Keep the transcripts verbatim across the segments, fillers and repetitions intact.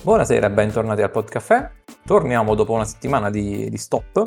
Buonasera e bentornati al Podcaffè. Torniamo dopo una settimana di, di stop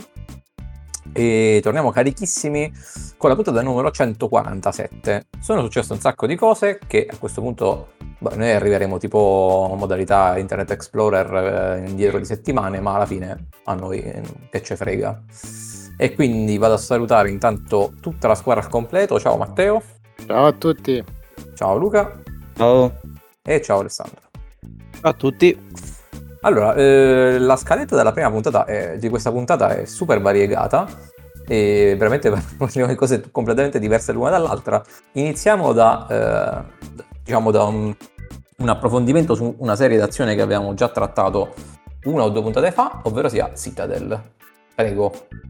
e torniamo carichissimi con la puntata numero centoquarantasette. Sono successe un sacco di cose che a questo punto beh, noi arriveremo tipo modalità Internet Explorer eh, indietro di settimane, ma alla fine a noi eh, che ce frega. E quindi vado a salutare intanto tutta la squadra al completo. Ciao Matteo. Ciao a tutti. Ciao Luca. Ciao. E ciao Alessandro. Ciao a tutti. Allora, eh, la scaletta della prima puntata è, di questa puntata è super variegata e veramente parliamo di cose completamente diverse l'una dall'altra. Iniziamo da, eh, diciamo, da un, un approfondimento su una serie d'azione che abbiamo già trattato una o due puntate fa, ovvero sia Citadel. Prego.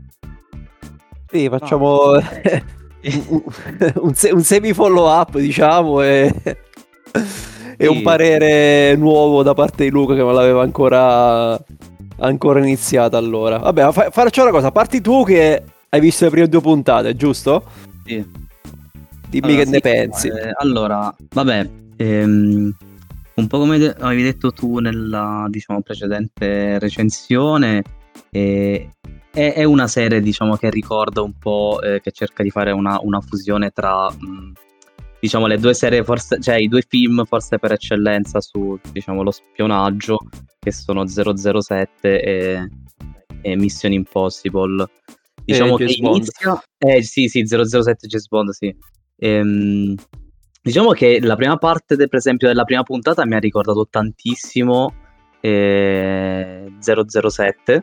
Sì, facciamo ah. un, un, un semi follow up, diciamo, e... e un parere nuovo da parte di Luca che non l'aveva ancora ancora iniziata. Allora vabbè, fa, faccio una cosa, parti tu che hai visto le prime due puntate, giusto? Sì. Dimmi allora, che sì, ne pensi. eh, allora vabbè, ehm, un po' come de- avevi detto tu nella, diciamo, precedente recensione, eh, è, è una serie, diciamo, che ricorda un po', eh, che cerca di fare una, una fusione tra mh, diciamo le due serie, forse, cioè i due film forse per eccellenza su, diciamo, lo spionaggio, che sono zero zero sette e, e Mission Impossible. Diciamo eh, che inizia eh sì sì zero zero sette James Bond, sì. Ehm, diciamo che la prima parte de, per esempio della prima puntata mi ha ricordato tantissimo eh, zero zero sette.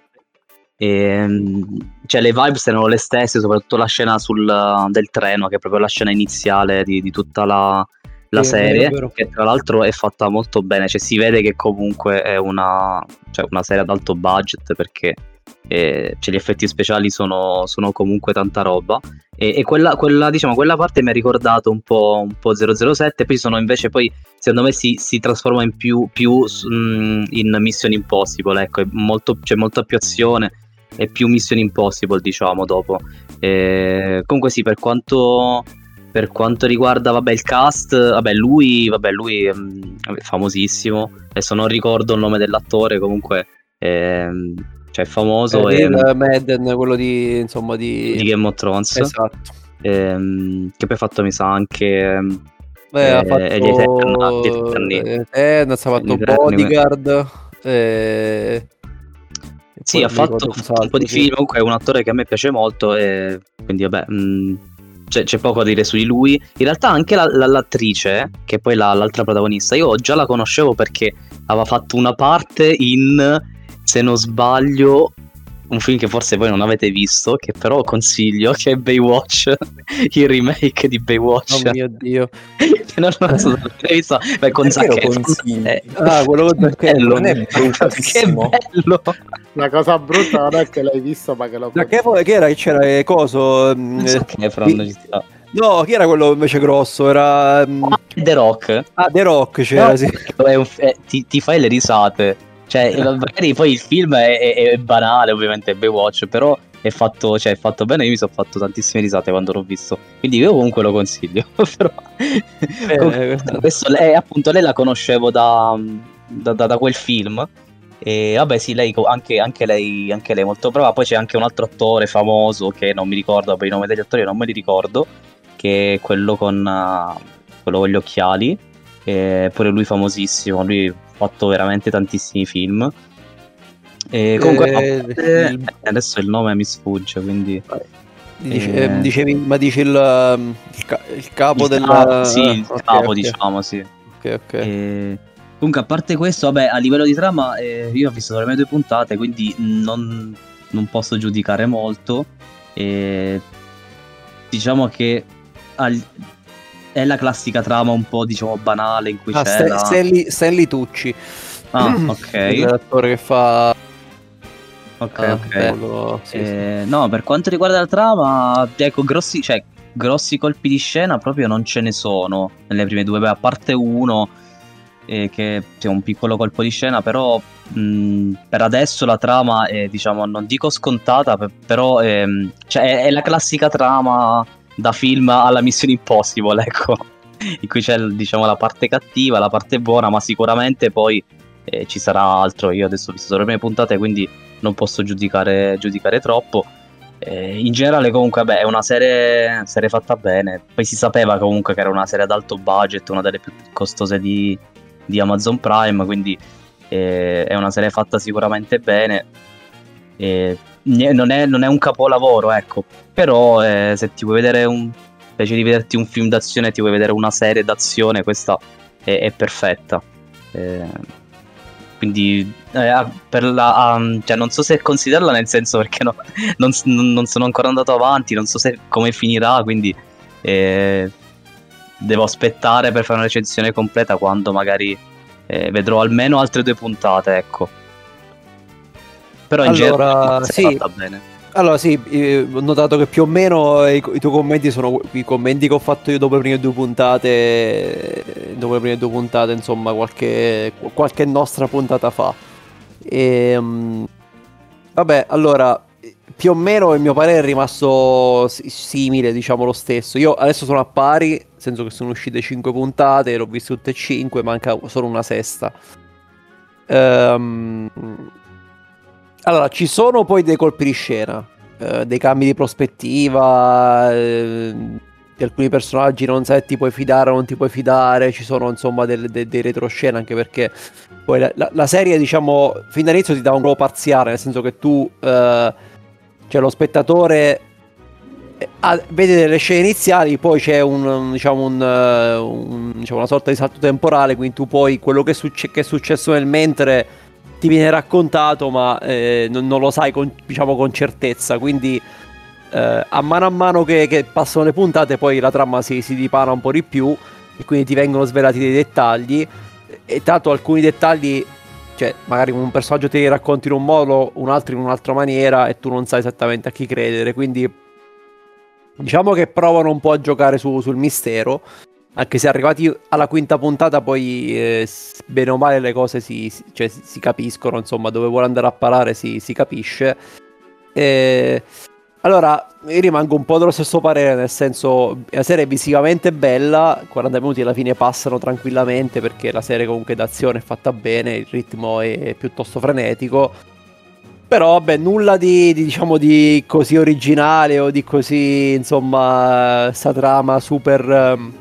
E, cioè le vibes erano le stesse, soprattutto la scena sul, del treno, che è proprio la scena iniziale di, di tutta la, la sì, serie, è vero, è vero. Che tra l'altro è fatta molto bene, cioè si vede che comunque è una, cioè una serie ad alto budget, perché eh, cioè gli effetti speciali sono, sono comunque tanta roba, e, e quella, quella, diciamo, quella parte mi ha ricordato un po', un po' zero zero sette. Poi sono invece poi secondo me si, si trasforma in più, più mh, in Mission Impossible, ecco, è molto, c'è molta più azione e più Mission Impossible, diciamo, dopo. E comunque sì, per quanto per quanto riguarda vabbè il cast, vabbè lui vabbè lui è, è famosissimo, adesso non ricordo il nome dell'attore, comunque è, cioè è famoso, eh, e, il Madden, quello di insomma di... di Game of Thrones, esatto, e, che poi ha fatto mi sa anche beh, eh, ha fatto gli Eterna, gli Eterni. eh, ha fatto Bodyguard, eh... sì, ha fatto, ha fatto un po' di sì. film. Comunque è un attore che a me piace molto, e quindi vabbè, mh, c'è, c'è poco da dire su di lui. In realtà anche la, la, l'attrice, che poi la, l'altra protagonista, io già la conoscevo perché aveva fatto una parte in, se non sbaglio, un film che forse voi non avete visto, che però consiglio, che è Baywatch, il remake di Baywatch. Oh mio Dio. non lo so se l'avete visto. Beh, con Zac Efron. Eh, ah, quello con Zac Efron non è bruttissimo. Che bello. La cosa brutta non è che l'hai visto, ma che lo Zac Efron, che era che c'era eh, coso Zac Efron eh, no, chi era quello invece grosso? Era um... ah, The Rock. Ah, The Rock c'era, no, sì. È un, è, ti, ti fai le risate. Cioè, magari poi il film è, è, è banale, ovviamente è Baywatch, però è fatto, cioè, è fatto bene. Io mi sono fatto tantissime risate quando l'ho visto, quindi io comunque lo consiglio. Però eh, comunque, questo, lei, appunto, lei la conoscevo da, da, da, da quel film. E vabbè sì, lei anche, anche lei anche lei molto brava. Poi c'è anche un altro attore famoso che non mi ricordo, per i nomi degli attori non me li ricordo, che è quello con uh, quello con gli occhiali, e pure lui famosissimo, lui ha fatto veramente tantissimi film. E comunque eh, parte, il... adesso il nome mi sfugge, quindi Dice, eh... eh, dicevi, ma dici il, il, ca- il capo il del capo, sì, il okay, capo okay. diciamo, sì. Ok, ok. E... comunque, a parte questo, vabbè, a livello di trama, eh, io ho visto le mie due puntate, quindi non, non posso giudicare molto. E diciamo che al, è la classica trama un po', diciamo, banale, in cui ah, c'è la... Stanley, Stanley Tucci. Ah, ok. L'attore che fa... Ok, ah, ok. bello, sì, eh, sì. No, per quanto riguarda la trama, ecco, grossi, cioè, grossi colpi di scena proprio non ce ne sono nelle prime due. Beh, a parte uno... Eh, che c'è un piccolo colpo di scena, però mh, per adesso la trama è, diciamo, non dico scontata, per, però ehm, cioè, è, è la classica trama da film alla Mission Impossible, ecco, in cui c'è, diciamo, la parte cattiva, la parte buona, ma sicuramente poi eh, ci sarà altro. Io adesso ho visto solo le prime puntate, quindi non posso giudicare, giudicare troppo. Eh, in generale comunque vabbè, è una serie, serie fatta bene, poi si sapeva comunque che era una serie ad alto budget, una delle più costose di, di Amazon Prime, quindi eh, è una serie fatta sicuramente bene. Eh, non, è, non è un capolavoro, ecco, però eh, se ti vuoi vedere un invece di vederti un film d'azione, ti vuoi vedere una serie d'azione, questa è, è perfetta. Eh, quindi eh, per la, um, cioè non so se considerarla, nel senso, perché no, non, non sono ancora andato avanti, non so se come finirà, quindi eh, devo aspettare per fare una recensione completa quando magari eh, vedrò almeno altre due puntate, ecco. Però in Allora, generale sì. è fatta bene. Allora sì, eh, ho notato che più o meno i, i tuoi commenti sono i commenti che ho fatto io dopo le prime due puntate, eh, dopo le prime due puntate, insomma, qualche, qualche nostra puntata fa. E, um, vabbè, allora, più o meno il mio parere è rimasto si- simile, diciamo lo stesso. Io adesso sono a pari, nel senso che sono uscite cinque puntate, l'ho viste tutte e cinque, manca solo una sesta. Ehm... Allora, ci sono poi dei colpi di scena, eh, dei cambi di prospettiva, eh, di alcuni personaggi non sai se ti puoi fidare o non ti puoi fidare, ci sono insomma del- de- dei retroscena, anche perché poi la, la- la serie, diciamo, fin dall'inizio ti dà un ruolo parziale, nel senso che tu, eh, cioè lo spettatore eh, ha- vede delle scene iniziali, poi c'è un, un, diciamo, un, eh, un- diciamo, una sorta di salto temporale, quindi tu poi quello che, succe- che è successo nel mentre ti viene raccontato, ma eh, non, non lo sai con, diciamo, con certezza, quindi eh, a mano a mano che, che passano le puntate poi la trama si, si dipana un po' di più e quindi ti vengono svelati dei dettagli, e tanto alcuni dettagli, cioè magari un personaggio ti racconti in un modo, un altro in un'altra maniera e tu non sai esattamente a chi credere, quindi diciamo che provano un po' a giocare su- sul mistero. Anche se arrivati alla quinta puntata poi eh, s- bene o male le cose si, si- cioè, si- si capiscono, insomma, dove vuole andare a parare si, si capisce. E... Allora, io rimango un po' dello stesso parere, nel senso, la serie è visivamente bella, quaranta minuti alla fine passano tranquillamente perché la serie comunque d'azione è fatta bene, il ritmo è piuttosto frenetico. Però vabbè, nulla di, di, diciamo di così originale o di così, insomma, sta trama super... ehm,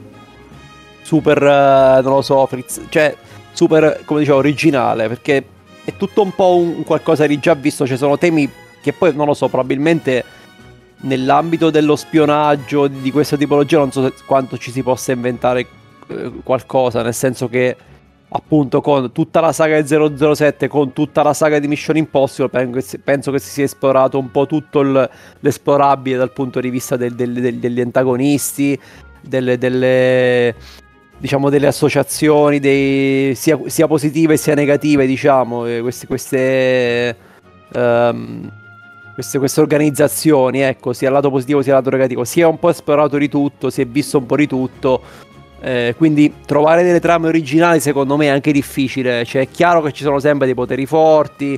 super, eh, non lo so, frizz- cioè super, come dicevo, originale, perché è tutto un po' un, un qualcosa di già visto, ci sono temi che poi, non lo so, probabilmente nell'ambito dello spionaggio di questa tipologia non so se- quanto ci si possa inventare eh, qualcosa, nel senso che appunto con tutta la saga di zero zero sette, con tutta la saga di Mission Impossible, penso che si, penso che si sia esplorato un po' tutto il- l'esplorabile dal punto di vista del- del- del- degli antagonisti, delle, delle diciamo delle associazioni, dei, sia, sia positive sia negative, diciamo, eh, queste, queste, ehm, queste, queste organizzazioni, ecco, sia al lato positivo sia al lato negativo, si è un po' esplorato di tutto, si è visto un po' di tutto, eh, quindi trovare delle trame originali secondo me è anche difficile, cioè è chiaro che ci sono sempre dei poteri forti,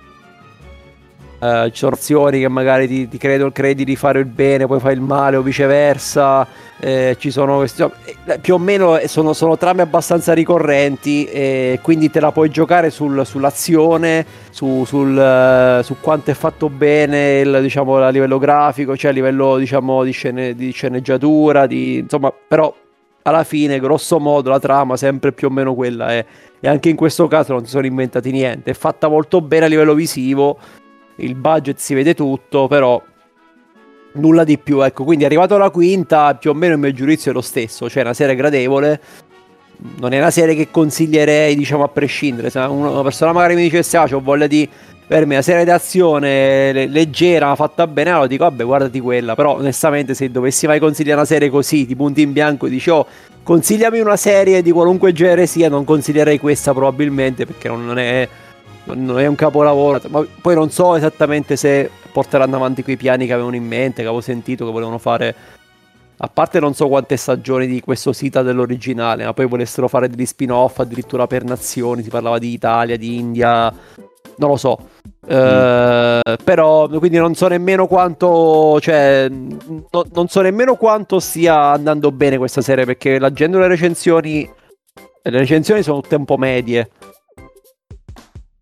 eh, ci sono azioni che magari ti, ti credo, credi di fare il bene, poi fai il male o viceversa, eh, ci sono questi, eh, più o meno sono, sono trame abbastanza ricorrenti e quindi te la puoi giocare sul- sull'azione, su, sul, eh, su quanto è fatto bene il, diciamo, a livello grafico, cioè a livello diciamo di, scene, di sceneggiatura, di, insomma, però alla fine grosso modo la trama sempre più o meno quella è, e anche in questo caso non si sono inventati niente, è fatta molto bene a livello visivo, il budget si vede tutto, però nulla di più, ecco. Quindi arrivato alla quinta più o meno il mio giudizio è lo stesso, cioè è una serie gradevole, non è una serie che consiglierei diciamo a prescindere. Se una persona magari mi dicesse ah c'ho voglia di vedermi una serie d'azione le- leggera ma fatta bene, allora dico vabbè guardati quella, però onestamente se dovessi mai consigliare una serie così di punto in bianco e dici oh consigliami una serie di qualunque genere sia, non consiglierei questa probabilmente, perché non non è non è un capolavoro, ma poi non so esattamente se porteranno avanti quei piani che avevano in mente, che avevo sentito che volevano fare. A parte non so quante stagioni di questo sita dell'originale, ma poi volessero fare degli spin-off addirittura per nazioni, si parlava di Italia, di India, non lo so. Eh, però quindi non so nemmeno quanto, cioè no- non so nemmeno quanto stia andando bene questa serie, perché leggendo le recensioni, le recensioni sono tutte un po' medie.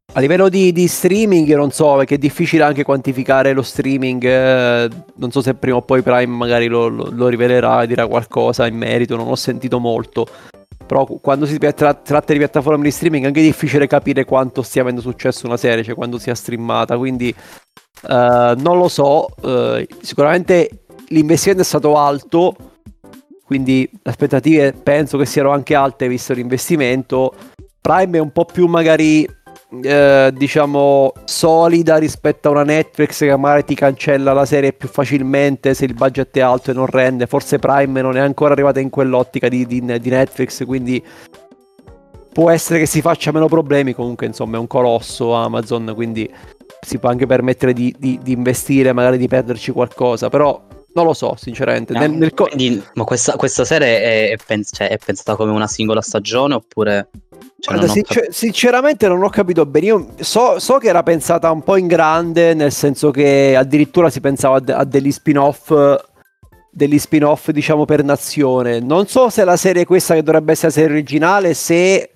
A livello di, di streaming, io non so, perché è difficile anche quantificare lo streaming. Eh, non so se prima o poi Prime magari lo, lo, lo rivelerà e dirà qualcosa in merito. Non ho sentito molto. Però quando si tra, tratta di piattaforme di streaming è anche difficile capire quanto stia avendo successo una serie, cioè quando sia streamata. Quindi eh, non lo so. Eh, sicuramente l'investimento è stato alto, quindi le aspettative penso che siano anche alte visto l'investimento. Prime è un po' più magari... Eh, diciamo solida rispetto a una Netflix che magari ti cancella la serie più facilmente se il budget è alto e non rende. Forse Prime non è ancora arrivata in quell'ottica di, di, di Netflix, quindi può essere che si faccia meno problemi. Comunque insomma è un colosso Amazon, quindi si può anche permettere di, di, di investire, magari di perderci qualcosa, però non lo so sinceramente. No, nel, nel co- quindi, ma questa, questa serie è, è, pens- cioè, è pensata come una singola stagione oppure... Cioè, Guarda, non ho sincer- cap- sinceramente non ho capito bene. Io so, so che era pensata un po' in grande, nel senso che addirittura si pensava a, de- a degli spin-off, degli spin-off diciamo per nazione. Non so se la serie questa che dovrebbe essere la serie originale, se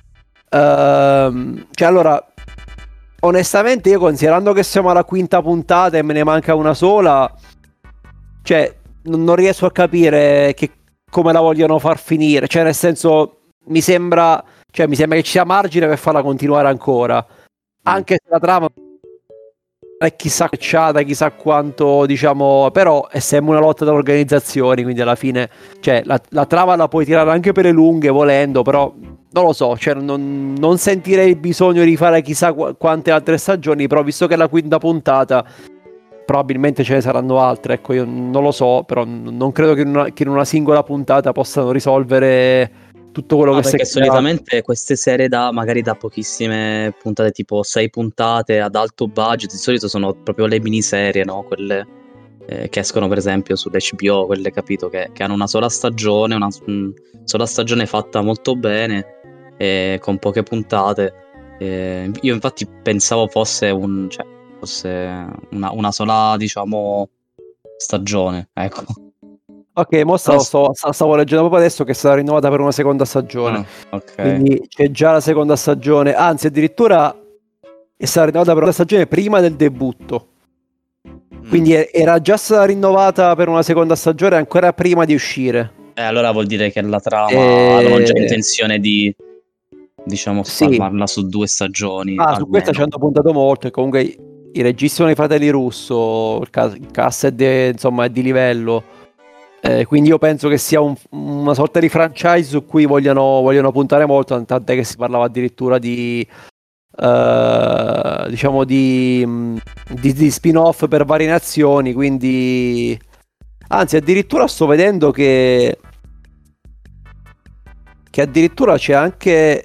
ehm, cioè allora onestamente io, considerando che siamo alla quinta puntata e me ne manca una sola, cioè non, non riesco a capire che, come la vogliono far finire. Cioè nel senso mi sembra... Cioè mi sembra che ci sia margine per farla continuare ancora, anche se la trama è chissà cacciata, chissà quanto, diciamo, però è sempre una lotta tra organizzazioni, quindi alla fine, cioè la, la trama la puoi tirare anche per le lunghe volendo, però non lo so, cioè non, non sentirei il bisogno di fare chissà qu- quante altre stagioni, però visto che è la quinta puntata probabilmente ce ne saranno altre, ecco, io non lo so, però non credo che in una, che in una singola puntata possano risolvere tutto quello No, che si è perché creato. solitamente queste serie da magari da pochissime puntate, tipo sei puntate ad alto budget, di solito sono proprio le miniserie, no? Quelle eh, che escono per esempio sull'H B O, quelle capito che, che hanno una sola stagione, una mh, sola stagione fatta molto bene, eh, con poche puntate. Eh, io infatti pensavo fosse un, cioè, fosse una, una sola, diciamo, stagione, ecco. Ok, mo stavo, stavo, stavo leggendo proprio adesso che sarà rinnovata per una seconda stagione. Ah, ok. Quindi c'è già la seconda stagione, anzi addirittura è stata rinnovata per una stagione prima del debutto. Quindi è- era già stata rinnovata per una seconda stagione ancora prima di uscire. Eh, allora vuol dire che la trama Eh, avevano già intenzione di, diciamo, Sì. spalmarla su due stagioni. Ah, su almeno. questa ci hanno puntato molto e comunque i, i registi sono i fratelli Russo, il, ca- il cast è, de- insomma, è di livello. Eh, quindi io penso che sia un- una sorta di franchise su cui vogliono, vogliono puntare molto, tant'è che si parlava addirittura di eh, diciamo di, mh, di, di spin-off per varie nazioni, quindi anzi addirittura sto vedendo che che addirittura c'è anche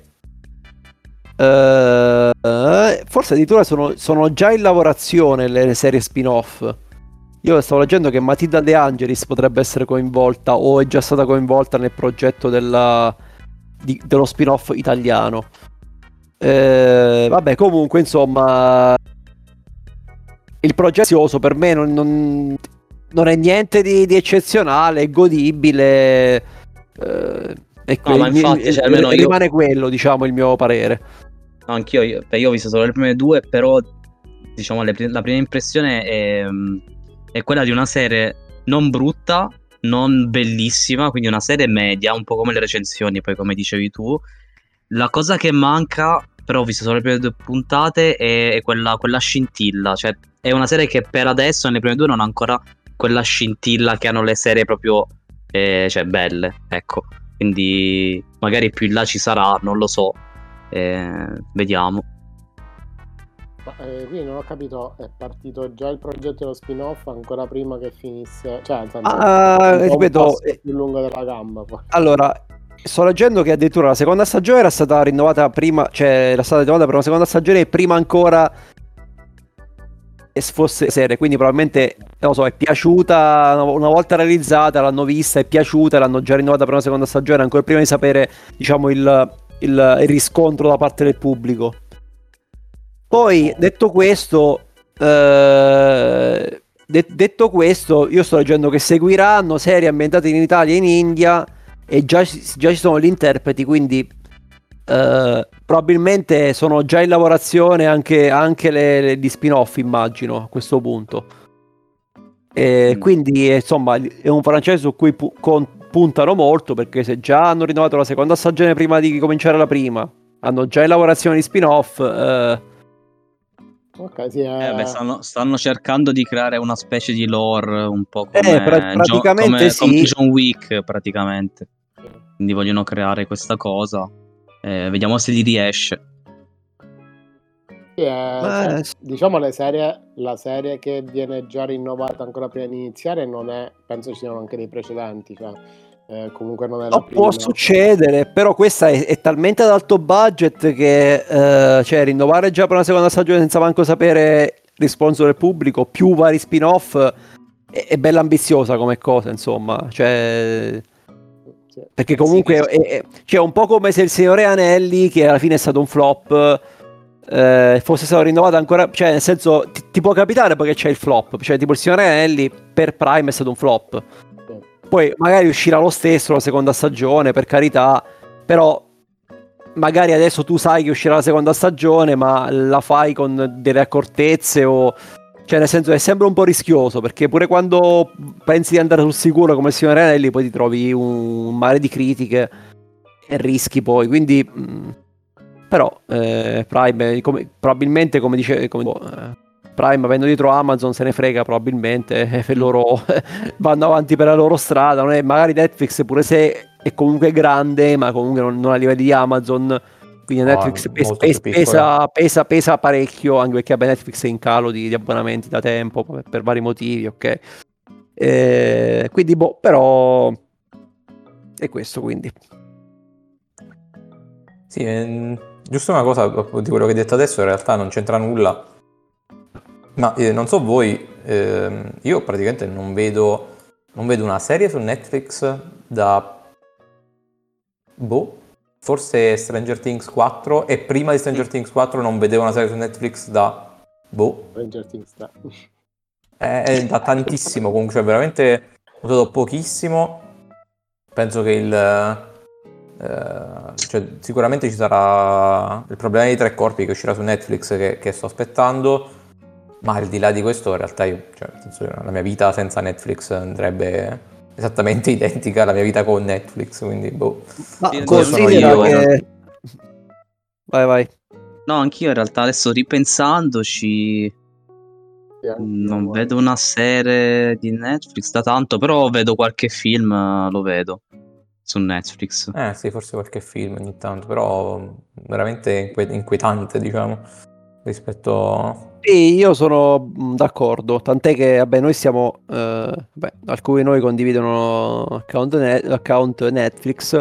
eh, forse addirittura sono, sono già in lavorazione le, le serie spin-off. Io stavo leggendo che Matilda De Angelis potrebbe essere coinvolta o è già stata coinvolta nel progetto della, di- dello spin-off italiano. Eh, vabbè, comunque, insomma, il progetto prezioso per me non, non- non è niente di, di eccezionale, è godibile. eh, e No, ma il- infatti, il- cioè, almeno io- rimane quello, diciamo, il mio parere. No, anch'io, io, beh, io ho visto solo le prime due, però diciamo le pri- la prima impressione è, mm, è quella di una serie non brutta, non bellissima, quindi una serie media, un po' come le recensioni, poi come dicevi tu. La cosa che manca, però ho visto solo le prime due puntate, è, è quella, quella scintilla, cioè è una serie che per adesso nelle prime due non ha ancora quella scintilla che hanno le serie proprio eh, cioè belle, ecco. Quindi magari più in là ci sarà, non lo so. Eh, vediamo. Ma, eh, quindi non ho capito, è partito già il progetto dello spin-off ancora prima che finisse, cioè nel senso, Ah, un po' un ripeto, passo eh, più lungo della gamba poi. Allora, sto leggendo che addirittura la seconda stagione era stata rinnovata prima, cioè era stata rinnovata per una seconda stagione prima ancora che fosse serie, quindi probabilmente, non lo so, è piaciuta, una- una volta realizzata, l'hanno vista, è piaciuta, l'hanno già rinnovata per una seconda stagione, ancora prima di sapere, diciamo, il, il- il riscontro da parte del pubblico. Poi, detto questo, eh, de- detto questo, io sto leggendo che seguiranno serie ambientate in Italia e in India e già, ci- già ci sono gli interpreti, quindi eh, probabilmente sono già in lavorazione anche, anche le, le di spin-off, immagino, a questo punto. E Mm. quindi insomma è un franchise su cui pu- con- puntano molto, perché se già hanno rinnovato la seconda stagione prima di cominciare la prima, hanno già in lavorazione di spin-off, eh, Ok, sì, Eh, beh, eh, stanno, stanno cercando di creare una specie di lore un po' eh, pra- come, Jo- praticamente come, come sì. John Wick, praticamente. Quindi vogliono creare questa cosa. Eh, vediamo se gli riesce. sì, eh, Ma, cioè, eh, diciamo le serie, la serie che viene già rinnovata ancora prima di iniziare non è, penso ci siano anche dei precedenti, cioè, eh, comunque non è la no, può prima. succedere, però questa è, è talmente ad alto budget che eh, cioè rinnovare già per una seconda stagione senza manco sapere il responso del pubblico, più vari spin-off, è, è bella ambiziosa come cosa, insomma, cioè, Sì. perché Eh, comunque sì, è, è- cioè, un po' come se il Signore Anelli, che alla fine è stato un flop, eh, fosse stato rinnovato ancora, cioè nel senso ti, ti può capitare perché c'è il flop, cioè tipo il Signore Anelli per Prime è stato un flop. Sì. Poi magari uscirà lo stesso la seconda stagione, per carità, però magari adesso tu sai che uscirà la seconda stagione, ma la fai con delle accortezze o... Cioè, nel senso, è sempre un po' rischioso, perché pure quando pensi di andare sul sicuro come il Signore Anelli, poi ti trovi un mare di critiche e rischi poi, quindi... mh, però, eh, Prime, come- probabilmente, come dice... Come, boh, eh, Prime, avendo dietro Amazon, se ne frega probabilmente, e loro vanno avanti per la loro strada. Non è, magari Netflix, pure se è comunque grande, ma comunque non, non a livelli di Amazon. Quindi No, Netflix pes- molto pes- più piccola. pesa, pesa, pesa parecchio, anche perché vabbè, Netflix è in calo di, di abbonamenti da tempo, per, per vari motivi, ok? Eh, quindi, boh, però è questo, quindi. Sì, ehm, giusto una cosa di quello che hai detto adesso, in realtà non c'entra nulla, ma eh, non so voi, ehm, io praticamente non vedo, non vedo una serie su Netflix da, boh, forse Stranger Things quattro, e prima di Stranger Things quattro non vedevo una serie su Netflix da, boh, Stranger Things tre. è, è da tantissimo comunque, cioè veramente ho usato pochissimo. Penso che il eh, cioè, sicuramente ci sarà il problema dei tre corpi che uscirà su Netflix, che, che sto aspettando, ma al di là di questo in realtà io, cioè, nel senso, la mia vita senza Netflix andrebbe esattamente identica alla mia vita con Netflix, quindi boh. Ma Sì, Come sono considera io, che... Vai, vai. No, anch'io in realtà adesso ripensandoci Sì, anch'io, non guarda. vedo una serie di Netflix da tanto, però vedo qualche film, eh, lo vedo su Netflix. Eh sì, forse qualche film ogni tanto, però veramente inque- inquietante, diciamo, rispetto... Sì, io sono mh, d'accordo, tant'è che vabbè, noi siamo, eh, beh, alcuni di noi condividono account, ne- account Netflix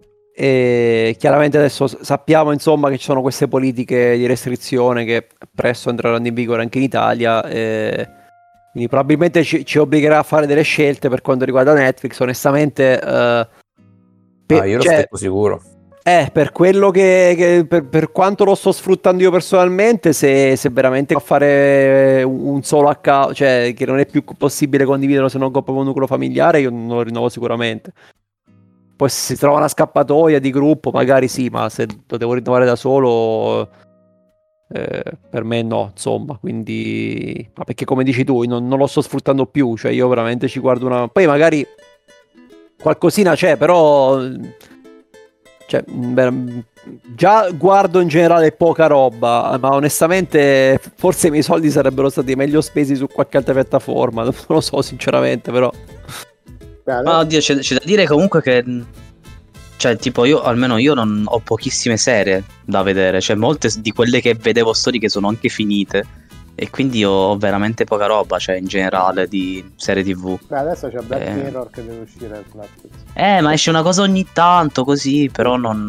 e chiaramente adesso s- sappiamo insomma che ci sono queste politiche di restrizione che presto entreranno in vigore anche in Italia, e quindi probabilmente ci, ci obbligherà a fare delle scelte per quanto riguarda Netflix, onestamente, eh, pe- Ah, io lo cioè, stesso sicuro. eh, per quello che, che- per, per quanto lo sto sfruttando io personalmente, se, se veramente a fare un, un solo account, cioè che non è più possibile condividerlo se non con un nucleo familiare, io non lo rinnovo sicuramente. Poi se si trova una scappatoia di gruppo, magari sì, ma se lo devo rinnovare da solo, eh, per me no, insomma. Quindi, ma perché come dici tu, io non, non lo sto sfruttando più, cioè io veramente ci guardo una... Poi magari qualcosina c'è, però... Cioè, beh, già guardo in generale poca roba, ma onestamente forse i miei soldi sarebbero stati meglio spesi su qualche altra piattaforma, non lo so sinceramente, però... Beh, Ma adesso- oddio, c'è, c'è da dire comunque che, cioè, tipo, io almeno io non ho pochissime serie da vedere, cioè, molte di quelle che vedevo storiche sono anche finite, e quindi ho veramente poca roba, cioè, in generale, di serie tivù. beh, adesso c'è Black Eh. Mirror che deve uscire su Netflix. Eh, ma esce una cosa ogni tanto, così, però non...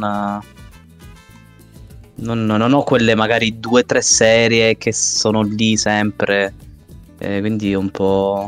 Non, non ho quelle magari due o tre serie che sono lì sempre, eh, quindi è un po'...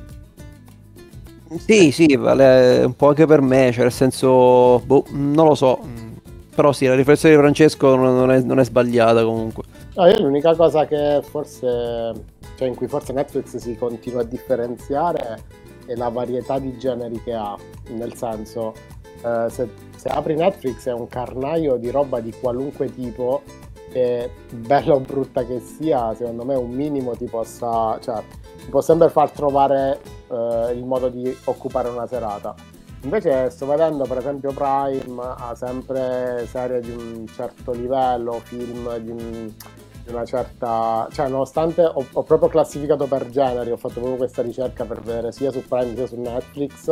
Sì, sì, vale un po' anche per me, cioè nel senso, boh, non lo so, però sì, la riflessione di Francesco non non è, non è sbagliata comunque. No, io l'unica cosa che forse, cioè in cui forse Netflix si continua a differenziare è la varietà di generi che ha, nel senso, eh, se, se apri Netflix è un carnaio di roba di qualunque tipo, e bella o brutta che sia, secondo me un minimo ti possa, cioè, ti può sempre far trovare eh, il modo di occupare una serata. Invece sto vedendo per esempio Prime ha sempre serie di un certo livello, film di, un, di una certa, cioè nonostante ho, ho proprio classificato per generi, ho fatto proprio questa ricerca per vedere sia su Prime sia su Netflix,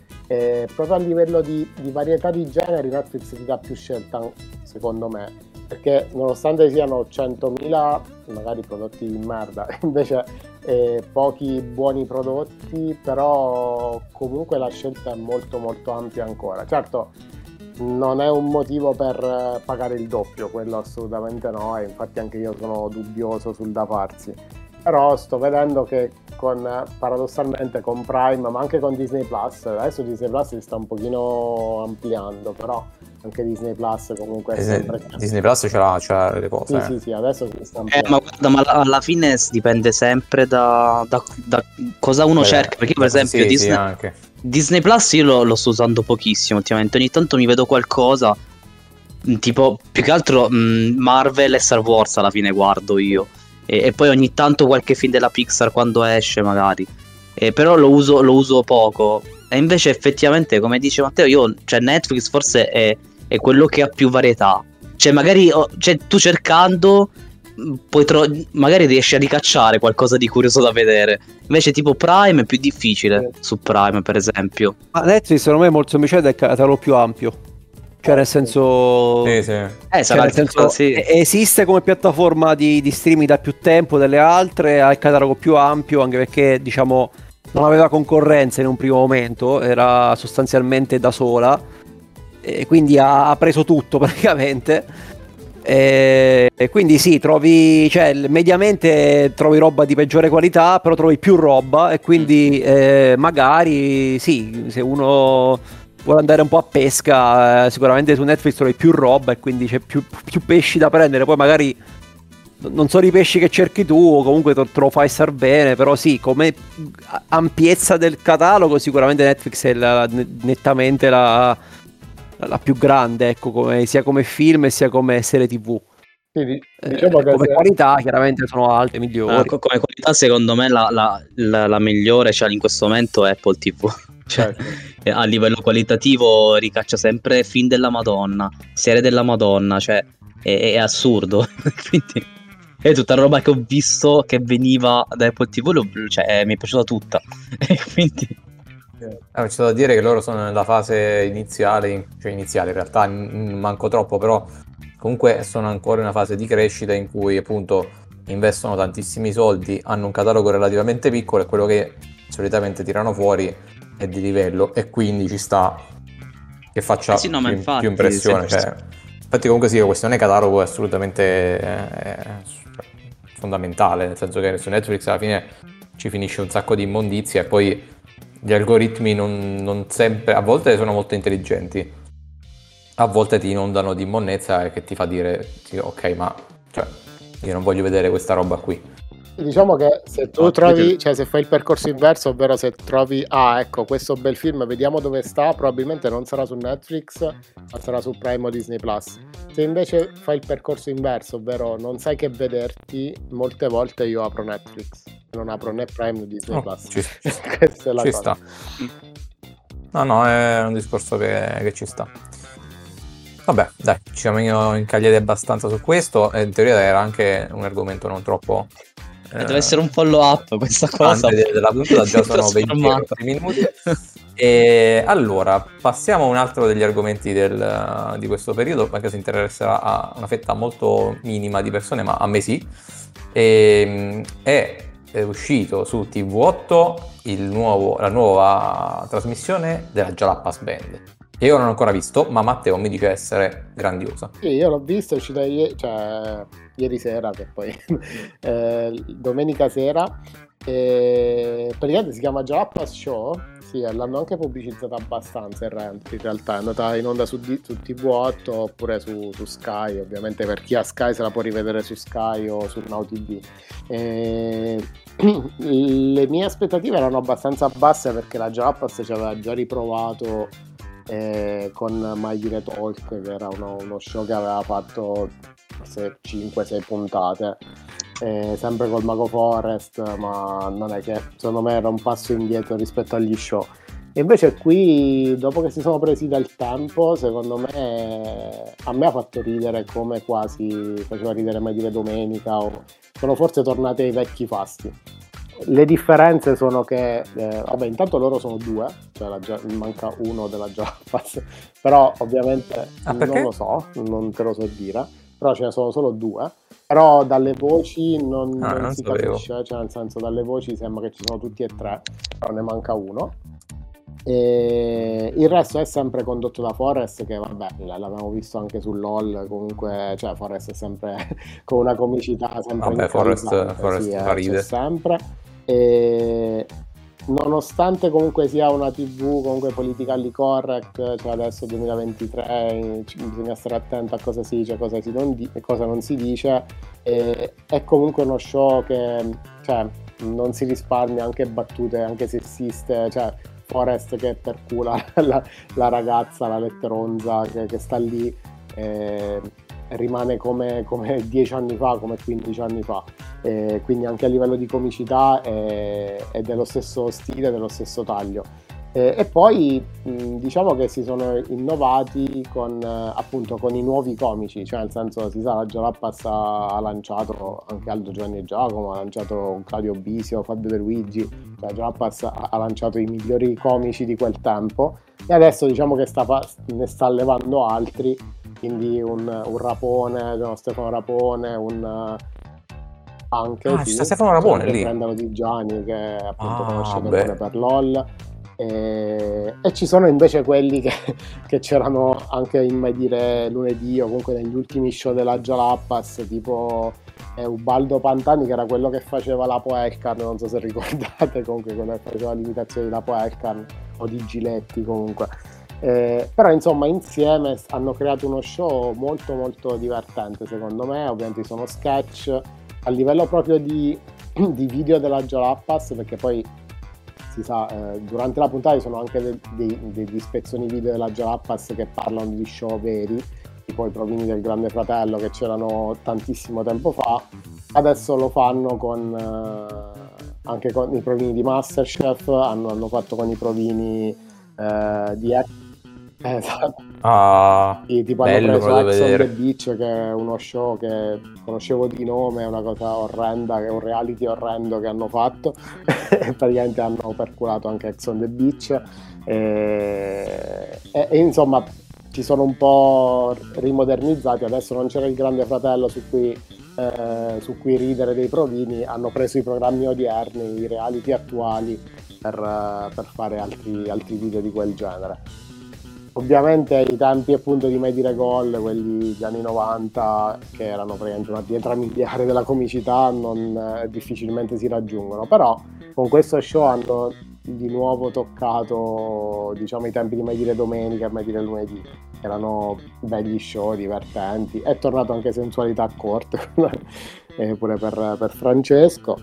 e proprio a livello di, di varietà di generi Netflix ti dà più scelta secondo me, perché nonostante siano centomila magari prodotti di merda, invece eh, pochi buoni prodotti, però comunque la scelta è molto molto ampia ancora. Certo, non è un motivo per pagare il doppio, quello assolutamente no, e infatti anche io sono dubbioso sul da farsi. Però sto vedendo che con, paradossalmente con Prime, ma anche con Disney Plus, adesso Disney Plus si sta un pochino ampliando, però anche Disney Plus comunque è Disney, sempre... Disney Plus ce l'ha, ce l'ha le cose. Sì, sì, sì, adesso si sta Eh, ampliando. ma guarda, ma alla- alla fine s- dipende sempre da, da- da cosa uno Beh, cerca. Perché, io, per sì, esempio, sì, Disney, anche. Disney Plus io lo, lo sto usando pochissimo ultimamente. Ogni tanto mi vedo qualcosa, mh, tipo più che altro mh, Marvel e Star Wars alla fine guardo io. E, e poi ogni tanto qualche film della Pixar quando esce, magari. Eh, però lo uso, lo uso poco. E invece, effettivamente, come dice Matteo, io, cioè, Netflix forse è, è quello che ha più varietà. Cioè, magari oh, cioè, tu cercando, mh, puoi tro- magari riesci a ricacciare qualcosa di curioso da vedere. Invece, tipo Prime è più difficile. Su Prime, per esempio. Ma Netflix secondo me è molto semplicemente il catalogo più ampio. Cioè nel senso... Sì, sì. Eh, Cioè, sarà nel il senso, sì. e- esiste come piattaforma di, di streaming da più tempo delle altre, ha il catalogo più ampio, anche perché diciamo non aveva concorrenza in un primo momento, era sostanzialmente da sola, e quindi ha, ha preso tutto praticamente. E, e quindi sì, trovi, cioè mediamente trovi roba di peggiore qualità, però trovi più roba, e quindi eh, magari sì, se uno vuole andare un po' a pesca, eh, sicuramente su Netflix trovi più roba e quindi c'è più, più pesci da prendere. Poi magari non sono i pesci che cerchi tu, o comunque te lo fai star bene, però sì, come ampiezza del catalogo sicuramente Netflix è la, nettamente la, la più grande, ecco, come, sia come film sia come serie tv. Sì, di- diciamo Eh, che come se- qualità chiaramente sono alte, migliori. Ah, co- come qualità, secondo me, la, la- la- la migliore, cioè, in questo momento è Apple ti vu. Cioè, Certo. eh, a livello qualitativo ricaccia sempre film della Madonna, serie della Madonna, cioè è, è assurdo. Quindi è tutta roba che ho visto che veniva da Apple ti vu, l'ho- cioè eh, mi è piaciuta tutta. E quindi Eh, c'è da dire che loro sono nella fase iniziale, cioè iniziale in realtà n- manco troppo, però comunque sono ancora in una fase di crescita in cui appunto investono tantissimi soldi, hanno un catalogo relativamente piccolo e quello che solitamente tirano fuori è di livello, e quindi ci sta che faccia Eh sì, no, ma più, infatti, più impressione. sempre- Cioè, infatti comunque sì, la questione catalogo è assolutamente eh, fondamentale, nel senso che su Netflix alla fine ci finisce un sacco di immondizia, e poi gli algoritmi non, non sempre, a volte sono molto intelligenti, a volte ti inondano di immondezza e che ti fa dire sì, ok, ma cioè, io non voglio vedere questa roba qui. Diciamo che se tu No, trovi, vedete- cioè se fai il percorso inverso, ovvero se trovi, ah ecco, questo bel film, vediamo dove sta, probabilmente non sarà su Netflix, ma sarà su Prime o Disney Plus. Se invece fai il percorso inverso, ovvero non sai che vederti, molte volte io apro Netflix, non apro né Prime né Disney Oh, Plus. ci, ci- Questa è la ci cosa. sta. No, no, è un discorso che, che ci sta. Vabbè, dai, ci siamo incagliati abbastanza su questo, e in teoria era anche un argomento non troppo... eh, deve essere un follow up questa cosa. Tante della puntata, già Si è sono trasformata. venti minuti. E allora passiamo a un altro degli argomenti del- di questo periodo, anche se interesserà a una fetta molto minima di persone, ma a me sì. E, è, è uscito su T V otto il nuovo, la nuova trasmissione della Jalapas Band, che io non ho ancora visto, ma Matteo mi dice essere grandiosa. Sì, io l'ho visto, è uscita ieri, cioè, ieri sera, che poi eh, domenica sera, e praticamente si chiama Jalapas Show, sì, e l'hanno anche pubblicizzata abbastanza in realtà, in realtà è andata in onda su, D- su T V otto oppure su, su Sky, ovviamente per chi ha Sky se la può rivedere su Sky o su Now T V. E... le mie aspettative erano abbastanza basse perché la Jalapas ci aveva già riprovato eh, con Mai Dire Talk, che era uno, uno show che aveva fatto forse cinque sei puntate, eh, sempre col Mago Forest, ma non è che secondo me era un passo indietro rispetto agli show. E invece qui, dopo che si sono presi del tempo, secondo me a me ha fatto ridere come quasi faceva ridere Mai Dire Domenica, o sono forse tornati ai vecchi fasti. Le differenze sono che, eh, vabbè, intanto loro sono due, cioè la, manca uno della Jalapas, però ovviamente ah, non lo so, non te lo so dire, però ce ne sono solo due, però dalle voci non, ah, non non si sapevo. capisce, cioè nel senso dalle voci sembra che ci sono tutti e tre, però ne manca uno. E il resto è sempre condotto da Forest, che vabbè, l'abbiamo visto anche su LOL, comunque, cioè Forest è sempre con una comicità sempre vabbè, Forest, Forest sì, fa eh, ride. c'è sempre. E nonostante comunque sia una tivù comunque politically correct, cioè adesso duemilaventitré bisogna stare attento a cosa si dice, cosa, si non, di- cosa non si dice, e è comunque uno show che, cioè, non si risparmia anche battute anche sessiste, cioè Forest che percula la, la ragazza, la letteronza che, che sta lì, eh, rimane come, come dieci anni fa, come quindici anni fa, eh, quindi anche a livello di comicità è, è dello stesso stile, dello stesso taglio. Eh, e poi mh, diciamo che si sono innovati con, eh, appunto, con i nuovi comici, cioè nel senso, si sa, la Jalapas ha, ha lanciato anche Aldo Giovanni e Giacomo, ha lanciato Claudio Bisio, Fabio De Luigi, cioè la Jalapas ha, ha lanciato i migliori comici di quel tempo, e adesso diciamo che sta, ne sta allevando altri, quindi un, un Rapone, no, Stefano Rapone, un... anche ah, sì, ci sta Stefano Rapone lì. Brandalo Di Gianni, che appunto ah, conoscete beh. pure per LOL. E, e ci sono invece quelli che, che c'erano anche in Mai Dire Lunedì, o comunque negli ultimi show della Jalapas, tipo eh, Ubaldo Pantani, che era quello che faceva la Poelcan, non so se ricordate, comunque quello che faceva l'imitazione di la Poelcan o di Giletti comunque. Eh, però insomma insieme hanno creato uno show molto molto divertente secondo me. Ovviamente sono sketch a livello proprio di, di video della Jalapas, perché poi si sa, eh, durante la puntata ci sono anche de- de- degli spezzoni video della Jalapas che parlano di show veri, tipo i provini del Grande Fratello che c'erano tantissimo tempo fa. Adesso lo fanno con eh, anche con i provini di MasterChef, hanno, hanno fatto con i provini eh, di esatto. Ah, Sì, tipo bello, hanno me lo preso devo Ex on the vedere. Beach, che è uno show che conoscevo di nome, è una cosa orrenda, che è un reality orrendo che hanno fatto e praticamente hanno perculato anche Ex on the Beach e, e, e insomma ci sono un po' rimodernizzati. Adesso non c'era il Grande Fratello su cui, eh, su cui ridere dei provini, hanno preso i programmi odierni, i reality attuali per, per fare altri, altri video di quel genere. Ovviamente i tempi appunto di Mai Dire Gol, quelli degli anni novanta, che erano praticamente una pietra miliare della comicità, non, eh, difficilmente si raggiungono, però con questo show hanno di nuovo toccato, diciamo, i tempi di Mai Dire Domenica e Mai Dire Lunedì. Erano begli show, divertenti. È tornato anche Sensualità a corte eh, pure per, per Francesco.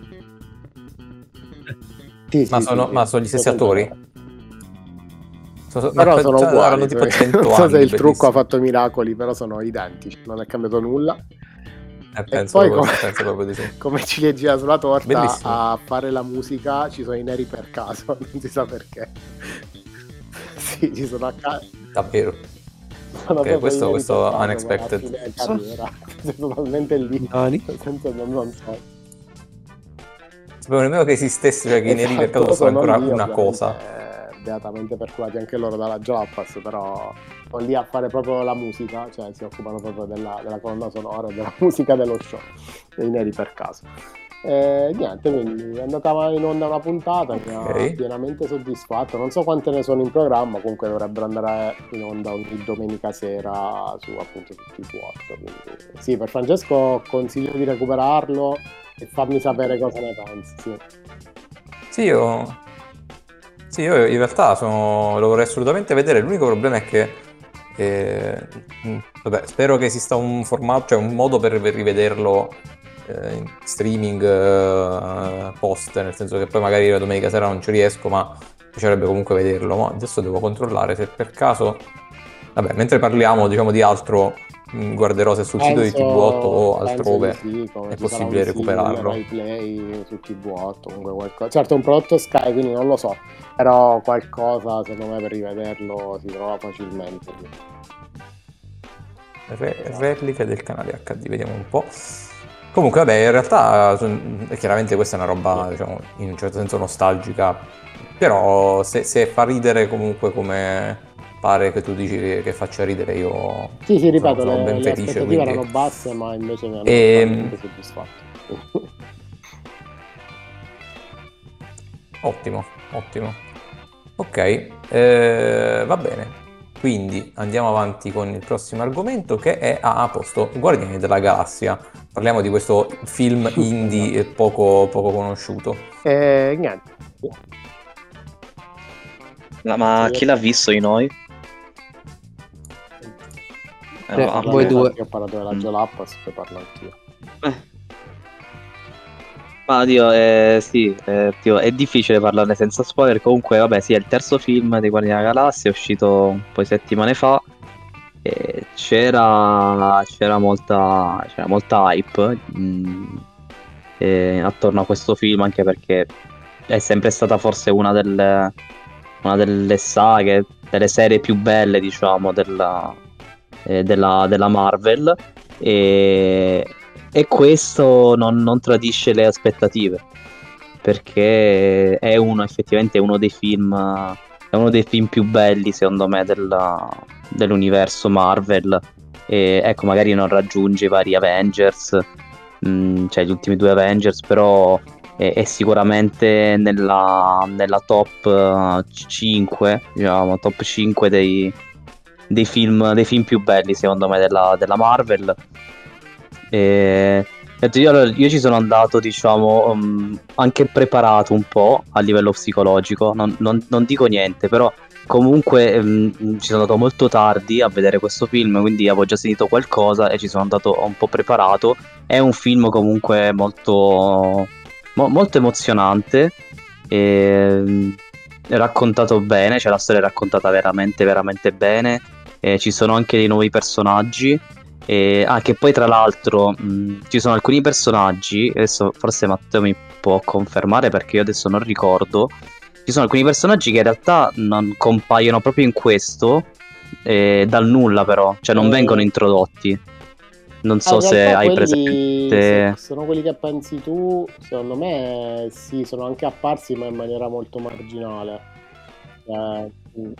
Sì, ma, sì, sono, sì, ma sì, sono gli stessi sempre attori? loro. Sono, Però ma sono cioè, uguali, erano tipo cento non so anni, se il trucco bellissimo. ha fatto miracoli, però sono identici, non è cambiato nulla. Eh, E penso, poi proprio, come, penso proprio di sì. come ciliegina sulla torta, Bellissimo. a fare la musica ci sono i neri per caso, non si sa perché. Sì, ci sono a caso. Davvero. Sono Ok, proprio questo, i neri questo per caso, unexpected. guarda, a fine carriera. Sei totalmente lì, Nani? senza non, non so. Sapevo nemmeno che esistesse, cioè che i neri per caso Esatto, fossero sono ancora lì, una ovviamente, cosa. eh, beatamente perculati anche loro dalla Jalapas, però sono lì a fare proprio la musica, cioè si occupano proprio della, della colonna sonora e della musica dello show, dei neri per caso. E niente, quindi è andata in onda una puntata, mi ha Ok. pienamente soddisfatto. Non so quante ne sono in programma, comunque dovrebbero andare in onda ogni domenica sera su appunto su T V otto. Quindi sì, per Francesco consiglio di recuperarlo e farmi sapere cosa ne pensi. Sì. Sì, io, sì, io in realtà sono, lo vorrei assolutamente vedere. L'unico problema è che eh, mh, vabbè, spero che esista un formato, cioè un modo per, per rivederlo eh, in streaming eh, post, nel senso che poi magari la domenica sera non ci riesco, ma piacerebbe comunque vederlo, ma adesso devo controllare se per caso... Vabbè, mentre parliamo, diciamo, di altro, mh, guarderò se sul sito di Penso- T V otto o penso altrove di sì, come è ci sarà possibile un simile recuperarlo. Rai Play su T V otto, comunque qualcosa. Certo è un prodotto Sky, quindi non lo so, però qualcosa secondo me per rivederlo si trova facilmente. Re- repliche del canale H D, vediamo un po'. Comunque, vabbè, in realtà son- chiaramente questa è una roba, diciamo, in un certo senso nostalgica, però se, se fa ridere comunque come pare che tu dici che, che faccia ridere, io Sì, sì, sono, ripeto, sono le, ben le felice, aspettative quindi... erano basse, ma invece mi hanno Ehm, totalmente soddisfatto. Ottimo, ottimo. Ok, eh, va bene. Quindi andiamo avanti con il prossimo argomento che è ah, a posto, Guardiani della Galassia. Parliamo di questo film indie e poco, poco conosciuto. E niente. No, ma Sì, chi l'ha visto di noi? Eh, no, parlo voi io, due. Io ho parlato della Mm. Jolappas, poi parlo anch'io. Ma Dio, eh, sì, eh, Dio, è difficile parlarne senza spoiler. Comunque, vabbè, sì, è il terzo film dei Guardiani della Galassia, è uscito un po' di settimane fa. E c'era, c'era molta, c'era molta hype mh, eh, attorno a questo film, anche perché è sempre stata forse una delle, una delle saghe, delle serie più belle, diciamo, della, eh, della, della Marvel. E, e questo non, non tradisce le aspettative, perché è uno effettivamente uno dei film è uno dei film più belli secondo me della- dell'universo Marvel. E ecco, magari non raggiunge i vari Avengers, mh, cioè gli ultimi due Avengers, però è, è sicuramente nella, nella top eh, cinque, diciamo, top cinque dei, dei film, dei film più belli secondo me della, della Marvel. E io, allora, io ci sono andato, diciamo, um, anche preparato un po' a livello psicologico, non, non- non dico niente, però comunque um, ci sono andato molto tardi a vedere questo film, quindi avevo già sentito qualcosa e ci sono andato un po' preparato. È un film comunque molto, mo- molto emozionante, e, um, è raccontato bene, cioè la storia è raccontata veramente, veramente bene, e ci sono anche dei nuovi personaggi. E, ah, che poi tra l'altro mh, ci sono alcuni personaggi, adesso forse Matteo mi può confermare perché io adesso non ricordo, ci sono alcuni personaggi che in realtà non compaiono proprio in questo, eh, dal nulla però, cioè non Eh, vengono introdotti. Non Ah, so in se realtà hai quelli, se presente. sono quelli che pensi tu, secondo me sì, sono anche apparsi, ma in maniera molto marginale. Eh, mm.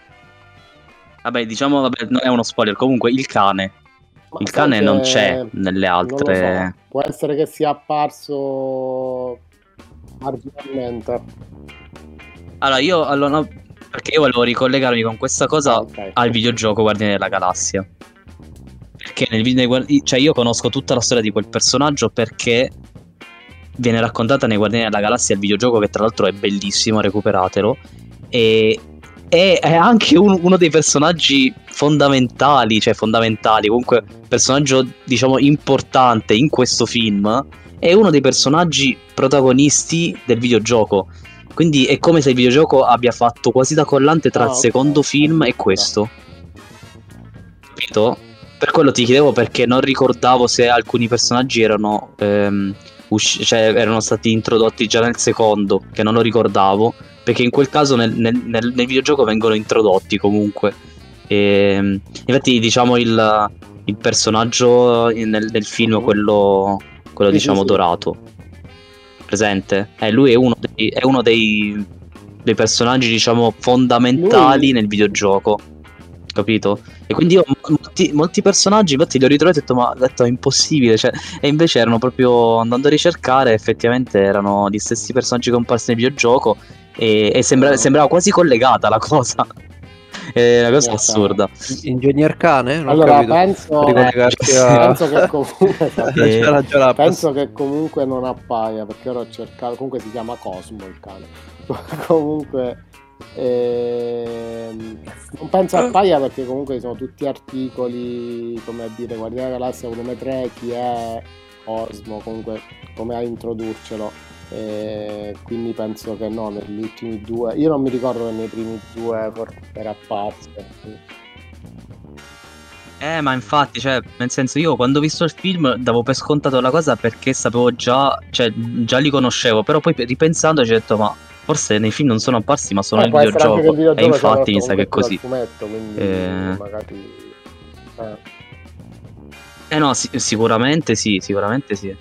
Vabbè, diciamo, vabbè, non è uno spoiler, comunque il cane. Ma Il sai cane non c'è che nelle non lo so, altre. può essere che sia apparso marginalmente. Allora, io allora, no, perché io volevo ricollegarmi con questa cosa Ah, ok. al videogioco Guardiani della Galassia. Perché nel video, cioè io conosco tutta la storia di quel personaggio perché viene raccontata nei Guardiani della Galassia, il videogioco, che tra l'altro è bellissimo, recuperatelo. E e è anche un- uno dei personaggi fondamentali, cioè fondamentali, comunque personaggio diciamo importante in questo film, è uno dei personaggi protagonisti del videogioco. Quindi è come se il videogioco abbia fatto quasi da collante tra Ah, il ok, secondo film e addirittura. questo. Capito? Per quello ti chiedevo, perché non ricordavo se alcuni personaggi erano, ehm, usci- cioè, erano stati introdotti già nel secondo, che non lo ricordavo, perché in quel caso nel, nel- nel- nel videogioco vengono introdotti comunque. E, infatti, diciamo, il, il personaggio nel, nel film, Mhm. quello, quello Sì, sì, diciamo sì. dorato, presente? Eh, lui è uno dei, è uno dei, dei personaggi, diciamo, fondamentali Lui- nel videogioco. Capito? E quindi io molti, molti personaggi, infatti li ho ritrovati e ho detto, ma ho detto, è impossibile, cioè, e invece erano proprio, andando a ricercare, effettivamente erano gli stessi personaggi comparsi nel videogioco, e, e sembra- Ah. sembrava quasi collegata la cosa. È una cosa Ok. assurda. Ingegner cane? Non ho Allora, capito. penso, Ricollegarsi Eh, a... penso che comunque Eh, C'era già la penso che comunque non appaia, perché ora ho cercato, comunque si chiama Cosmo il cane. Comunque ehm, non penso appaia, perché comunque sono tutti articoli, come a dire, Guardiani della Galassia volume tre, chi è Cosmo, comunque come a introdurcelo. e quindi penso che no, negli ultimi due, io non mi ricordo che nei primi due era apparso. Eh, ma infatti, cioè, nel senso, io quando ho visto il film davo per scontato la cosa perché sapevo già, cioè, già li conoscevo, però poi ripensando ci ho detto, ma forse nei film non sono apparsi, ma sono Eh, nel può essere anche che il videogioco. E videogioco sia infatti tratto mi sa che è comunque dal così. fumetto, quindi Eh, magari eh. eh no, sì, sicuramente sì, sicuramente sì.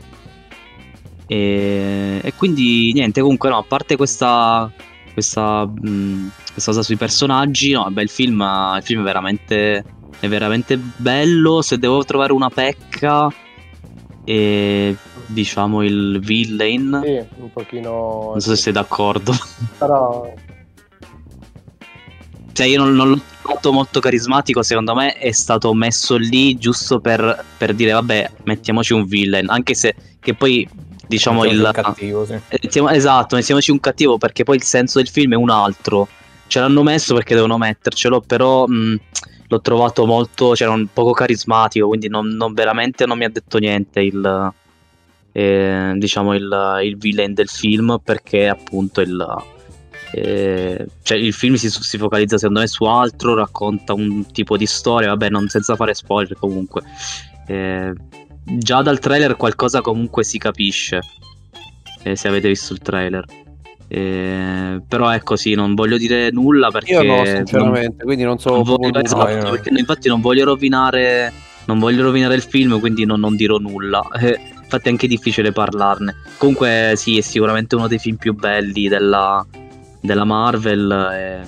E, e quindi niente, comunque no, a parte questa questa, mh, questa cosa sui personaggi, no, beh, il film, il film è veramente è veramente bello. Se devo trovare una pecca, e diciamo il villain, Sì, un pochino non so se sì. sei d'accordo. Però Cioè, io non, non l'ho trovato molto carismatico. Secondo me è stato messo lì giusto per, per dire vabbè, mettiamoci un villain, anche se che poi diciamo Mettiamoci il un cattivo, sì. eh, mettiamo- esatto, mettiamoci un cattivo, perché poi il senso del film è un altro. Ce l'hanno messo perché devono mettercelo, però mh, l'ho trovato molto, cioè un poco carismatico, quindi non, non veramente non mi ha detto niente il eh, diciamo il, il villain del film, perché appunto il eh, cioè il film si, si focalizza secondo me su altro, racconta un tipo di storia, vabbè, non senza fare spoiler comunque. Eh, già dal trailer qualcosa comunque si capisce, eh, se avete visto il trailer. Eh, però è così, non voglio dire nulla perché Io no, non, sinceramente, quindi non so non proprio voglio, nulla. No, esatto, io no. perché infatti non voglio rovinare non voglio rovinare il film, quindi non, non dirò nulla. Eh, infatti è anche difficile parlarne. Comunque sì, è sicuramente uno dei film più belli della, della Marvel. E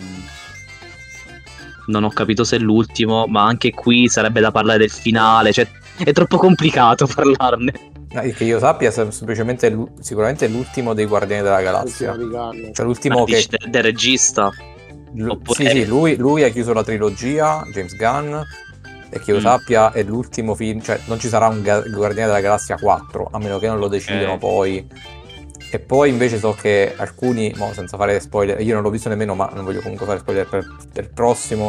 non ho capito se è l'ultimo, ma anche qui sarebbe da parlare del finale, cioè è troppo complicato parlarne. No, che io sappia, sem- semplicemente l'u- sicuramente l'ultimo dei Guardiani della Galassia. l'ultimo di Gunn. Cioè Ma l'ultimo che... dici del, del regista? Lu- Oppure- Sì, sì, lui, lui ha chiuso la trilogia, James Gunn, e che io Mm. sappia è l'ultimo film, cioè non ci sarà un Ga- Guardiani della Galassia quattro, a meno che non lo decidono Ok. poi. E poi invece so che alcuni, mo, senza fare spoiler, io non l'ho visto nemmeno, ma non voglio comunque fare spoiler per, per il prossimo,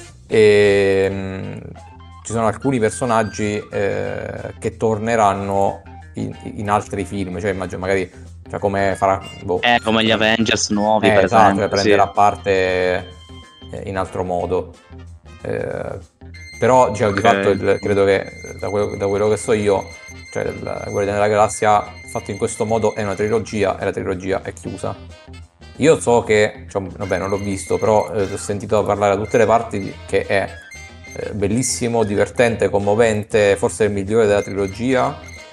e, mh, ci sono alcuni personaggi eh, che torneranno in, in altri film, cioè immagino magari, cioè come farà... boh, Eh, come gli Avengers nuovi, eh, per esatto, esempio. cioè prenderà Sì. parte eh, in altro modo. Eh, però diciamo, di Ok. fatto il- credo che da quello, da quello che so io, cioè il Guardiani della Galassia fatto in questo modo è una trilogia e la trilogia è chiusa. Io so che, cioè, vabbè, non l'ho visto, però eh, ho sentito parlare da tutte le parti di- che è eh, bellissimo, divertente, commovente, forse il migliore della trilogia,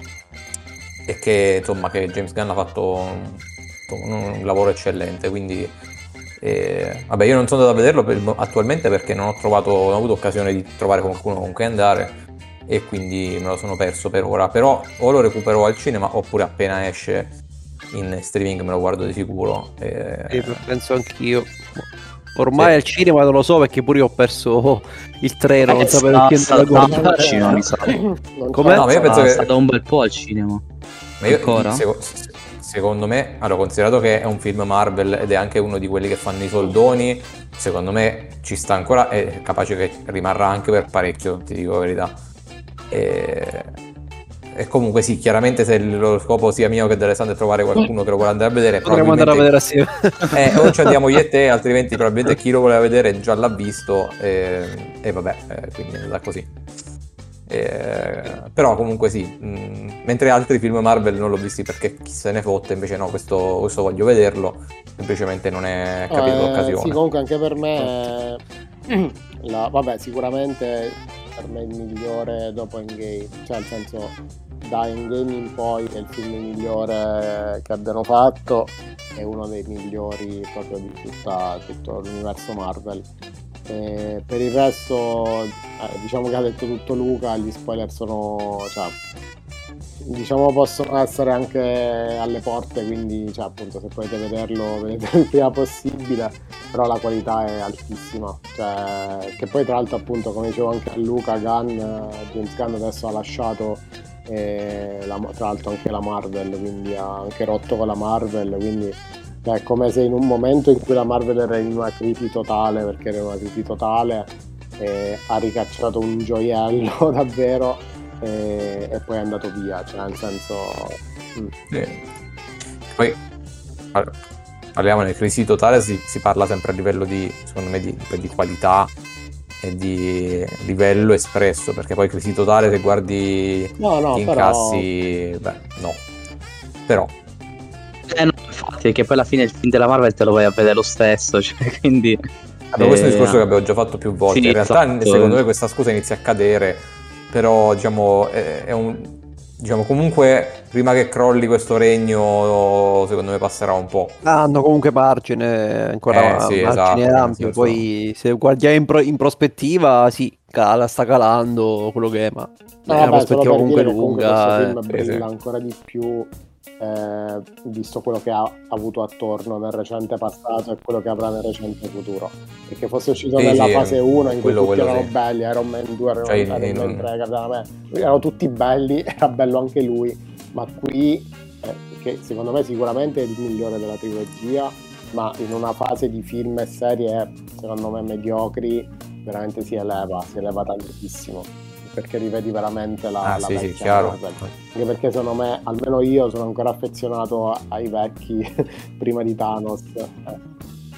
e che insomma che James Gunn ha fatto un, un lavoro eccellente, quindi eh, vabbè, io non sono andato a vederlo per- attualmente perché non ho trovato, non ho avuto occasione di trovare qualcuno con cui andare, e quindi me lo sono perso per ora, però o lo recupero al cinema oppure appena esce in streaming me lo guardo di sicuro. eh, Sì, penso anch'io. Ormai Sì. al cinema non lo so, perché pure io ho perso il treno, non Eh, sapevo sta- che sta- andare a sta- guardare. al cinema, mi sa. Non Com'è? c'è- No, ma io penso Sta, che- sta da un bel po' al cinema. Ma io, Ancora? seco- se- secondo me, allora, considerato che è un film Marvel ed è anche uno di quelli che fanno i soldoni, secondo me ci sta ancora, è capace che rimarrà anche per parecchio, ti dico la verità. E, e comunque sì, chiaramente se lo scopo sia mio che dell'Alessandro è trovare qualcuno che lo vuole andare a vedere, Potremmo andare a vedere assieme. eh, o ci andiamo io e te, altrimenti probabilmente chi lo voleva vedere già l'ha visto, e, e vabbè, eh, quindi è andata così. Eh, però comunque sì, mh, mentre altri film Marvel non l'ho visti perché chi se ne fotte, invece no, questo, questo voglio vederlo, semplicemente non è capita Eh, l'occasione. sì, comunque anche per me la- vabbè, sicuramente per me il migliore dopo Endgame, cioè nel senso da Endgame in poi è il film migliore che abbiano fatto, è uno dei migliori proprio di tutta, tutto l'universo Marvel. E per il resto eh, diciamo che ha detto tutto Luca, gli spoiler sono, cioè, diciamo possono essere anche alle porte, quindi cioè, appunto se potete vederlo vedete il prima possibile, però la qualità è altissima, cioè, che poi tra l'altro appunto come dicevo anche a Luca, Gunn, James Gunn adesso ha lasciato eh, la, tra l'altro anche la Marvel, quindi ha anche rotto con la Marvel, quindi è come se in un momento in cui la Marvel era in una crisi totale, perché era una crisi totale, eh, ha ricacciato un gioiello davvero, e, e poi è andato via, cioè nel senso... mm. Sì. Poi par- parliamo nel crisi totale, si, si parla sempre a livello di, secondo me, di, di qualità e di livello espresso, perché poi crisi totale, se guardi No, no, gli però... incassi, beh, no. Però, Eh, no, infatti, che poi alla fine il film della Marvel te lo vai a vedere lo stesso, cioè, quindi... vabbè, questo è un eh, discorso che abbiamo già fatto più volte. sì, In realtà, esatto. secondo me, questa scusa inizia a cadere, però, diciamo, è, è un... Diciamo, comunque, prima che crolli questo regno, secondo me passerà un po'. Hanno comunque margine, ancora Eh, sì, margine esatto, nel ampio. senso- Poi se guardiamo in, pro- in prospettiva, sì, cala, sta calando quello che è, ma No, è una vabbè, solo prospettiva per comunque dire che comunque questo lunga. film eh. sì, brilla sì. ancora di più, eh, visto quello che ha avuto attorno nel recente passato e quello che avrà nel recente futuro. Perché fosse uscito Sì, nella sì, fase uno in cui quello- tutti quello erano sì. belli, Iron Man due, Iron, Cioè, in- Iron in Man un- tre, Captain America, erano tutti belli, era bello anche lui, ma qui, eh, che secondo me sicuramente è il migliore della trilogia, ma in una fase di film e serie, secondo me, mediocri, veramente si eleva, si eleva tantissimo, perché rivedi veramente la, Ah, la sì, sì, vecchia chiaro. Marvel. Anche perché secondo me, almeno io sono ancora affezionato a- ai vecchi prima di Thanos. Eh.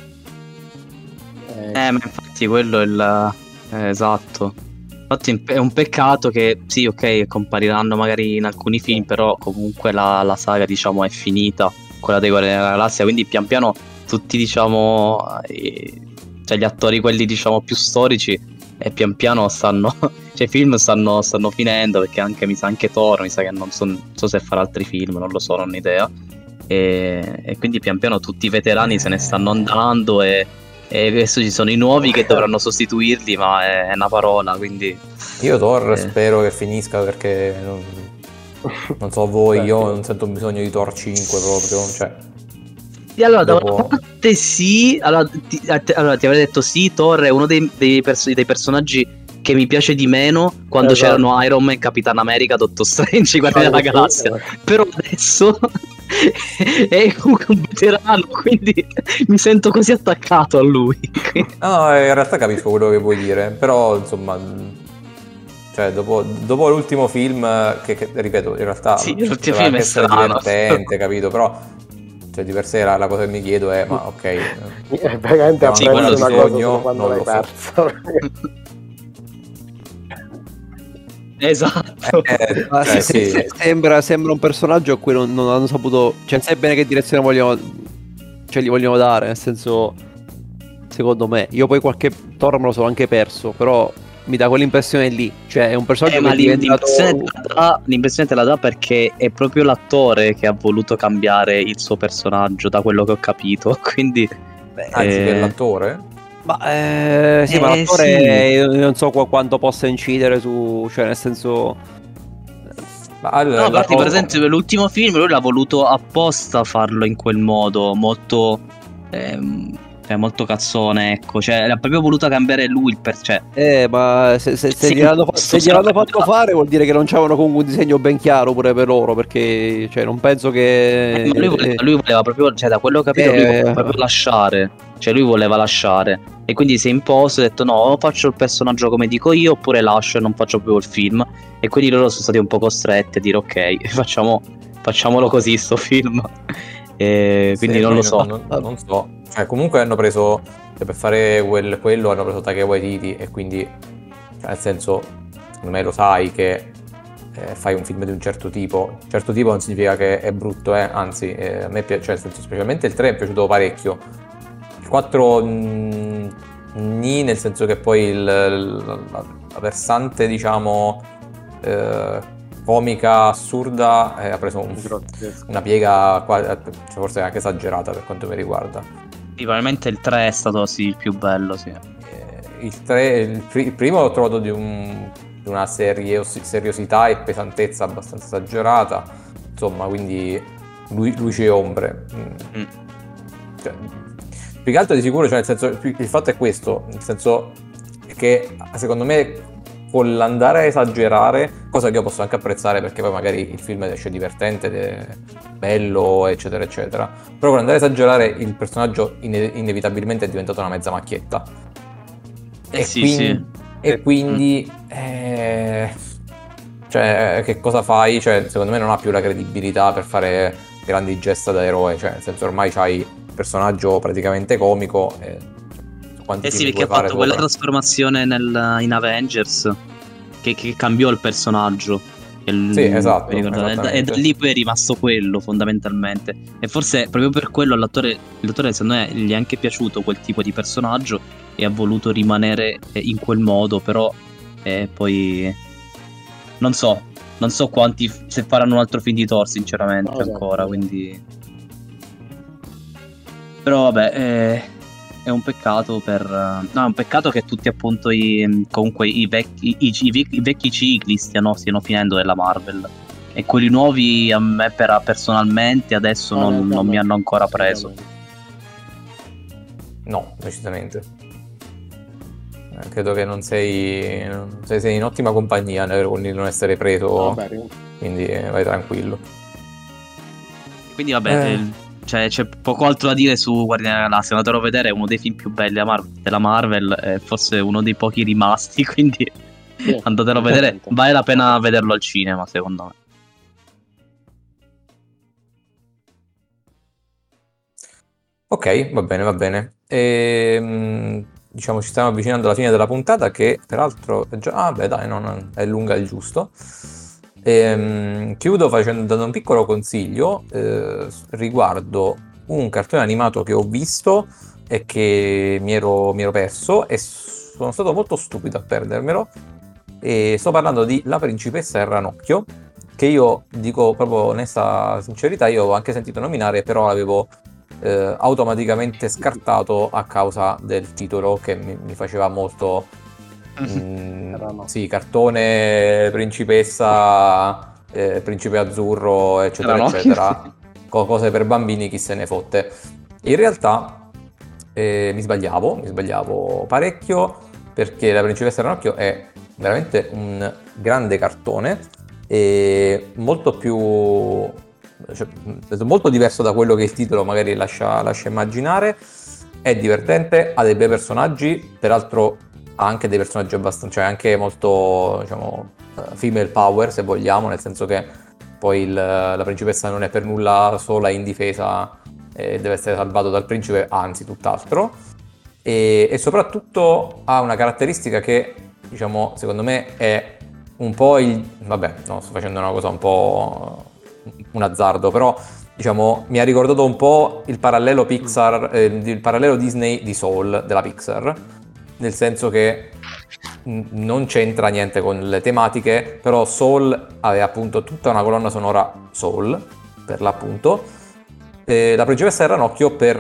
Eh, Eh, ma infatti quello è il... eh, esatto. Infatti è un peccato che, sì, ok, compariranno magari in alcuni film, però comunque la, la saga, diciamo, è finita, quella dei Guardiani della Galassia, quindi pian piano tutti, diciamo, eh, cioè gli attori, quelli, diciamo, più storici, e pian piano stanno, cioè i film stanno, stanno finendo, perché anche, mi sa, anche Thor, mi sa che non so, non so se farà altri film, non lo so, non ho idea, e, e quindi pian piano tutti i veterani se ne stanno andando, e... e adesso ci sono i nuovi che dovranno sostituirli, ma è, è una parola, quindi... Io Thor Eh. spero che finisca, perché non, non so voi, io non sento bisogno di Thor cinque proprio, cioè, E allora, da dopo- una parte sì, allora ti, a te- allora, ti avrei detto sì, Thor è uno dei, dei, perso- dei personaggi che mi piace di meno quando Esatto. c'erano Iron Man, Capitan America, Doctor Strange, Guardiani della Galassia, però adesso è comunque un veterano, quindi mi sento così attaccato a lui. no, in realtà capisco quello che vuoi dire, però insomma, cioè, dopo, dopo l'ultimo film, che, che, ripeto, in realtà Sì, poteva l'ultimo film anche è essere strano. divertente, capito? Però, cioè, di per sé la, la cosa che mi chiedo è, ma ok, Eh, veramente Sì, apprezzo quello una sì, cosa sogno, solo quando non l'hai lo so. persa. Esatto. eh, Ma cioè, se- sì. se- sembra, sembra un personaggio a cui non, non hanno saputo, cioè, sai bene che direzione vogliono, cioè, gli vogliono dare, nel senso, secondo me, io poi qualche Thor me lo sono anche perso, però mi dà quell'impressione lì, cioè è un personaggio Eh, ma che è l'im- diventato... l'impressione, te la dà, l'impressione te la dà perché è proprio l'attore che ha voluto cambiare il suo personaggio, da quello che ho capito. Quindi, Ah, dici eh, che è l'attore? Ma eh, sì, ma Eh, l'attore sì. io non so qua- quanto possa incidere su, cioè nel senso... Ma allora, no, la- infatti, per oh, esempio, per l'ultimo film lui l'ha voluto apposta farlo in quel modo, molto, ehm, cioè, molto cazzone, ecco. Cioè, l'ha proprio voluto cambiare lui il per... cioè, Eh, ma se, se, se Sì, gliel'hanno fa- posso se gliel'hanno sapere. fatto fare vuol dire che non c'avevano comunque un disegno ben chiaro pure per loro, perché cioè non penso che... Eh, ma lui voleva, lui voleva proprio, cioè, da quello che ho capito, lui Eh, voleva proprio lasciare. Cioè, lui voleva lasciare. E quindi si è imposto, ha detto: no, o faccio il personaggio come dico io, oppure lascio e non faccio più il film. E quindi loro sono stati un po' costretti a dire: ok, facciamo, facciamolo così, sto film. E sì, quindi non poi lo so. Non, non so. Cioè, comunque hanno preso, cioè, per fare quel- quello hanno preso Taika Waititi, e quindi, cioè, nel senso, secondo me lo sai che eh, fai un film di un certo tipo. Un certo tipo non significa che è brutto, eh, anzi, eh, a me piace, cioè, nel senso, specialmente il tre è piaciuto parecchio. Il quattro mh, nì, nel senso che poi il- la, la- la versante, diciamo, eh, comica, assurda, eh, ha preso un- Grottesco. una piega qua- cioè, forse anche esagerata per quanto mi riguarda. Sì, probabilmente il tre è stato sì il più bello, sì. Eh, il, tre, il, pri- il primo l'ho trovato di, un- di una serie- seriosità e pesantezza abbastanza esagerata, insomma, quindi lui- luci e ombre. Mm. Mm. Cioè, più che altro di sicuro, cioè, nel senso, il fatto è questo, nel senso che secondo me con l'andare a esagerare, cosa che io posso anche apprezzare perché poi magari il film esce divertente, ed è bello, eccetera eccetera, però con andare a esagerare il personaggio ine- inevitabilmente è diventato una mezza macchietta. Eh e sì, quindi, sì. e quindi eh, cioè, che cosa fai? Cioè, secondo me non ha più la credibilità per fare grandi gesta da eroe, cioè nel senso ormai c'hai il personaggio praticamente comico e quanti Eh sì, film perché ha puoi fare fatto quella sopra? trasformazione nel, in Avengers che, che cambiò il personaggio. Che l- Sì, esatto, mi ricordo- e, da, e da esattamente. lì poi è rimasto quello fondamentalmente. E forse proprio per quello all'attore, l'attore secondo me gli è anche piaciuto quel tipo di personaggio e ha voluto rimanere eh, in quel modo, però eh, poi non so, non so quanti se faranno un altro film di Thor sinceramente No, esatto, ancora, esatto. quindi però vabbè, eh, è un peccato per eh, no, è un peccato che tutti appunto i comunque i vecchi i, i- i vec- i vecchi cicli stiano, stiano finendo nella Marvel e quelli nuovi a me per, personalmente adesso No, non, neanche a non me, mi hanno ancora preso. assolutamente. No, decisamente. Eh, credo che non sei, non sei, sei in ottima compagnia nel nel non essere preso, Vabbè, ri- quindi eh, vai tranquillo. Quindi vabbè, Eh. eh, cioè, c'è poco altro da dire su Guardiani della Galassia. Andatelo a vedere, è uno dei film più belli della Mar- della Marvel, è forse uno dei pochi rimasti, quindi sì, andatelo a vedere, assolutamente. vale la pena vederlo al cinema secondo me. Ok, va bene, va bene. Ehm, diciamo ci stiamo avvicinando alla fine della puntata che peraltro è già... Ah beh dai, no, no, è lunga il giusto. Ehm, chiudo facendo, dando un piccolo consiglio eh, riguardo un cartone animato che ho visto e che mi ero, mi ero perso e sono stato molto stupido a perdermelo. E sto parlando di La principessa e il ranocchio, che io dico proprio onesta sincerità, io ho anche sentito nominare, però l'avevo eh, automaticamente scartato a causa del titolo che mi, mi faceva molto mm, Ranocchio. sì, cartone, principessa, eh, principe azzurro, eccetera, Ranocchio, eccetera, co- cose per bambini, chi se ne fotte. In realtà eh, mi sbagliavo, mi sbagliavo parecchio perché La principessa e il ranocchio è veramente un grande cartone e molto più cioè, molto diverso da quello che il titolo magari lascia, lascia immaginare. È divertente, ha dei bei personaggi, peraltro ha anche dei personaggi abbastanza, cioè anche molto, diciamo, female power se vogliamo, nel senso che poi il, la principessa non è per nulla sola in difesa e deve essere salvato dal principe, anzi tutt'altro. E, e soprattutto ha una caratteristica che, diciamo, secondo me è un po' il... vabbè, no, sto facendo una cosa un po' un azzardo, però diciamo mi ha ricordato un po' il parallelo Pixar, eh, il parallelo Disney di Soul della Pixar, nel senso che mh, non c'entra niente con le tematiche, però Soul aveva appunto tutta una colonna sonora Soul, per l'appunto. Eh, la principessa del ranocchio per...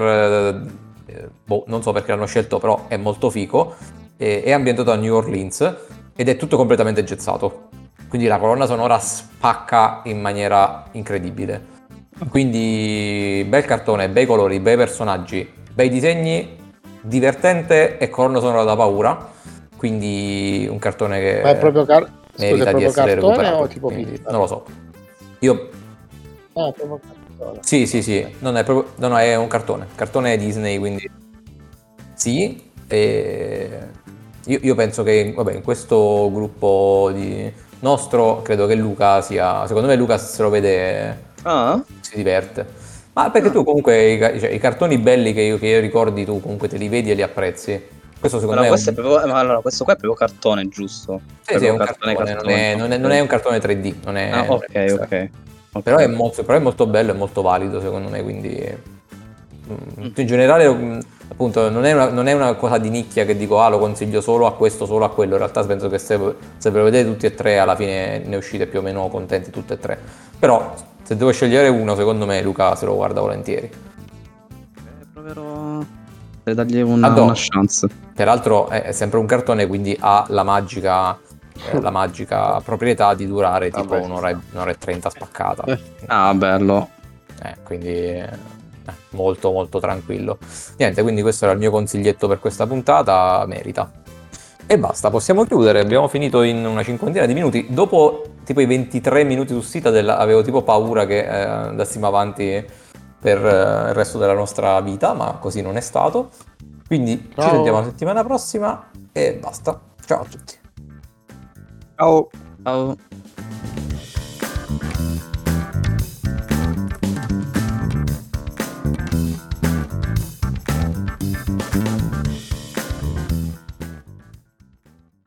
Eh, boh, non so perché l'hanno scelto, però è molto fico, eh, è ambientato a New Orleans ed è tutto completamente jazzato. Quindi la colonna sonora spacca in maniera incredibile. Quindi bel cartone, bei colori, bei personaggi, bei disegni, divertente e colonna sonora da paura. Quindi un cartone che Ma è proprio, car- scusa, è merita di proprio essere cartone recuperato. o tipo Quindi, Pixar? non lo so. Io Ah, è proprio cartone. sì, sì, sì, non è proprio, no, no, è un cartone, cartone Disney, quindi sì, e io, io penso che vabbè, in questo gruppo di nostro credo che Luca sia, secondo me Luca se lo vede Ah? si diverte, ma perché tu comunque i, ca- cioè, i cartoni belli che io, che io ricordi tu comunque te li vedi e li apprezzi, questo secondo Allora, me è questo è un... proprio, ma allora, questo qua è proprio cartone, giusto? Sì, sì, è Proprio un cartone, non è, non è- non è un cartone tre D, non è, Ah, non è ok, Pixar. ok. ok. Però è molto, però è molto bello e molto valido secondo me, quindi mm, in generale mm, appunto non è, una, non è una cosa di nicchia che dico ah lo consiglio solo a questo, solo a quello, in realtà penso che se, se ve lo vedete tutti e tre alla fine ne uscite più o meno contenti tutti e tre, però se devo scegliere uno secondo me Luca se lo guarda volentieri. Eh, proverò a dargli una, Ah, no. una chance. Peraltro è, è sempre un cartone, quindi ha la magica, eh, la magica proprietà di durare tipo Vabbè. un'ora e, un'ora e trenta spaccata. Ah, bello. Eh, quindi eh, molto molto tranquillo. Niente, quindi questo era il mio consiglietto per questa puntata, merita. E basta, possiamo chiudere, abbiamo finito in una cinquantina di minuti. Dopo tipo i ventitré minuti su Citadel avevo tipo paura che eh, andassimo avanti per eh, il resto della nostra vita, ma così non è stato. Quindi Ciao. ci sentiamo la settimana prossima e basta. Ciao a tutti. Ciao. Ciao.